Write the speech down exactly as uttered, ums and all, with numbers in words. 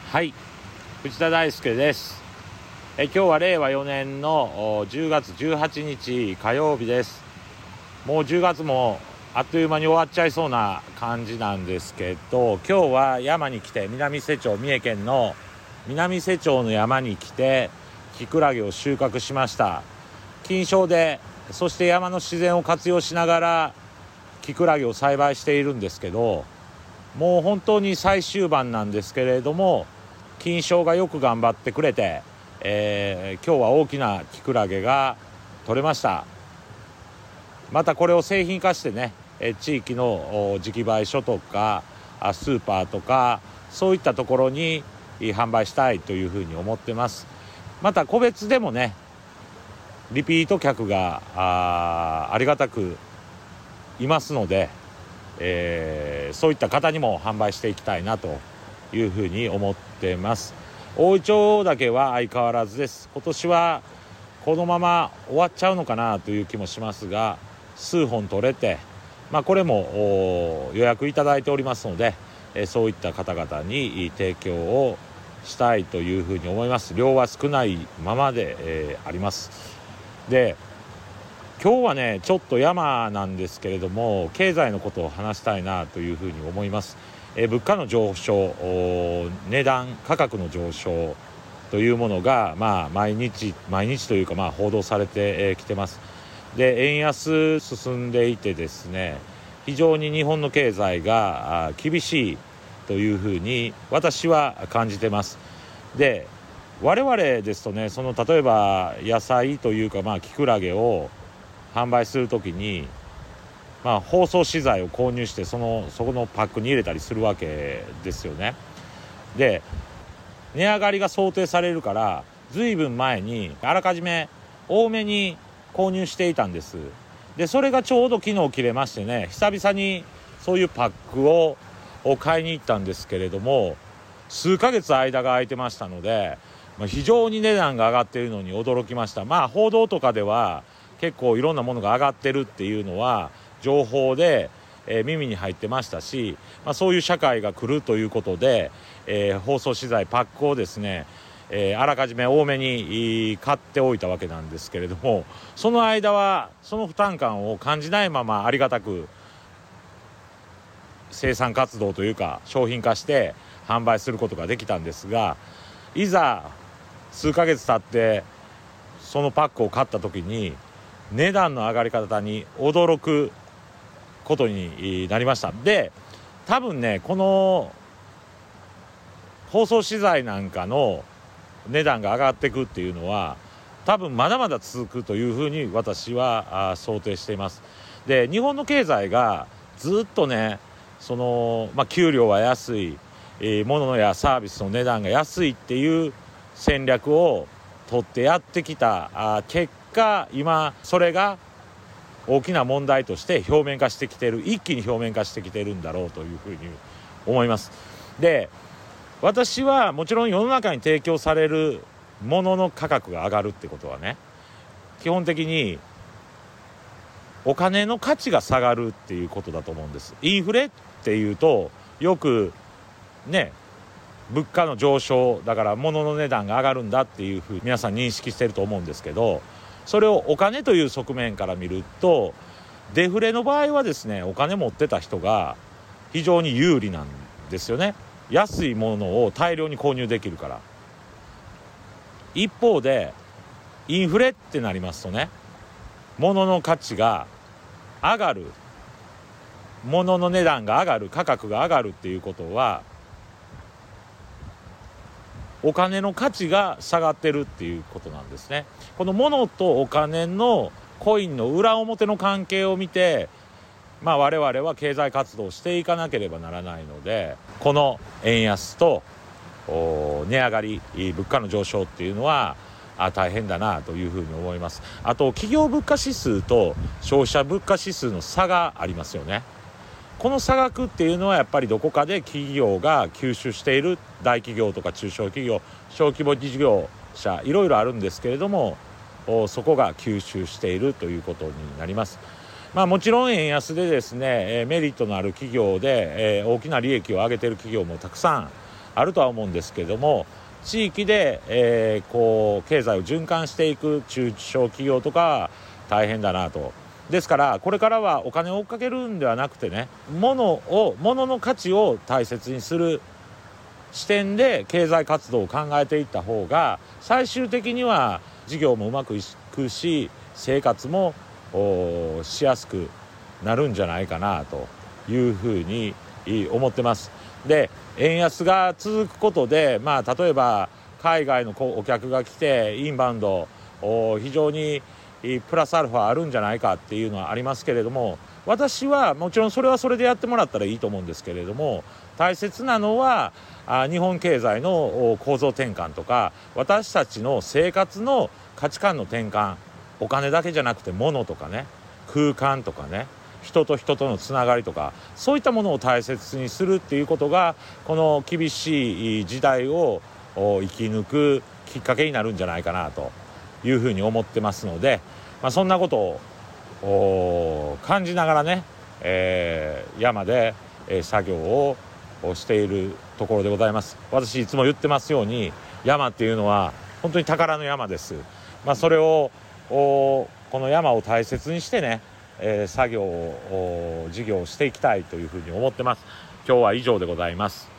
はい、藤田大輔です。え今日はれいわよねんのじゅうがつじゅうはちにち火曜日です。もうじゅうがつもあっという間に終わっちゃいそうな感じなんですけど、今日は山に来て、南瀬町、三重県の南瀬町の山に来てキクラゲを収穫しました。金賞で、そして山の自然を活用しながらキクラゲを栽培しているんですけど、もう本当に最終盤なんですけれども、金賞がよく頑張ってくれて、えー、今日は大きなキクラゲが取れました。またこれを製品化してね、地域の直売所とかスーパーとかそういったところに販売したいというふうに思ってます。また個別でもね、リピート客が あ, ありがたくいますので、えー、そういった方にも販売していきたいなというふうに思ってます。大井町だけは相変わらずです。今年はこのまま終わっちゃうのかなという気もしますが、数本取れて、まあ、これも予約いただいておりますので、えー、そういった方々に提供をしたいというふうに思います。量は少ないままで、えー、あります。で、今日はねちょっと山なんですけれども、経済のことを話したいなというふうに思います。えー、物価の上昇、値段価格の上昇というものが、まあ、毎日毎日というか、まあ、報道されてきてます。で、円安進んでいてですね、非常に日本の経済が厳しいというふうに私は感じてます。で、我々ですとね、その例えば野菜というか、まあ、キクラゲを販売するときに、まあ、包装資材を購入してそのそこのパックに入れたりするわけですよね。で、値上がりが想定されるから、ずいぶん前にあらかじめ多めに購入していたんです。で、それがちょうど昨日切れましてね、久々にそういうパックを買いに行ったんですけれども、数ヶ月間が空いてましたので、まあ、非常に値段が上がっているのに驚きました。まあ、報道とかでは結構いろんなものが上がってるっていうのは情報で、えー、耳に入ってましたし、まあ、そういう社会が来るということで、えー、包装資材パックをですね、えー、あらかじめ多めに買っておいたわけなんですけれども、その間はその負担感を感じないままありがたく生産活動というか商品化して販売することができたんですが、いざ数ヶ月経ってそのパックを買った時に値段の上がり方に驚くことになりました。で、多分ね、この包装資材なんかの値段が上がっていくっていうのは多分まだまだ続くというふうに私は想定しています。で、日本の経済がずっとね、その、まあ、給料は安い、えー、物やサービスの値段が安いっていう戦略を取ってやってきたあ結果、今それが大きな問題として表面化してきている、一気に表面化してきているんだろうというふうに思います。で、私はもちろん世の中に提供されるものの価格が上がるってことはね、基本的にお金の価値が下がるっていうことだと思うんです。インフレっていうとよくね、物価の上昇だから物の値段が上がるんだっていうふうに皆さん認識してると思うんですけど、それをお金という側面から見ると、デフレの場合はですね、お金持ってた人が非常に有利なんですよね。安いものを大量に購入できるから。一方でインフレってなりますとね、物の価値が上がる、物の値段が上がる、価格が上がるっていうことはお金の価値が下がってるっていうことなんですね。この物とお金のコインの裏表の関係を見て、まあ、我々は経済活動をしていかなければならないので、この円安と値上がり、物価の上昇っていうのは大変だなというふうに思います。あと、企業物価指数と消費者物価指数の差がありますよね。この差額っていうのはやっぱりどこかで企業が吸収している、大企業とか中小企業、小規模事業者、いろいろあるんですけれども、そこが吸収しているということになります。まあ、もちろん円安でですね、メリットのある企業で大きな利益を上げている企業もたくさんあるとは思うんですけども、地域で、えー、こう経済を循環していく中小企業とか大変だなと。ですからこれからはお金を追っかけるんではなくてね、物を物の価値を大切にする視点で経済活動を考えていった方が最終的には事業もうまくいくし、生活もしやすくなるんじゃないかなというふうに思ってます。で、円安が続くことで、まあ、例えば海外のお客が来てインバウンド非常にプラスアルファあるんじゃないかっていうのはありますけれども、私はもちろんそれはそれでやってもらったらいいと思うんですけれども、大切なのは日本経済の構造転換とか、私たちの生活の価値観の転換、お金だけじゃなくて物とかね、空間とかね、人と人とのつながりとか、そういったものを大切にするっていうことがこの厳しい時代を生き抜くきっかけになるんじゃないかなというふうに思ってますので、まあ、そんなことを感じながらね、えー、山で作業をしているところでございます。私いつも言ってますように、山っていうのは本当に宝の山です。まあ、それをこの山を大切にしてね、えー、作業を事業をしていきたいというふうに思ってます。今日は以上でございます。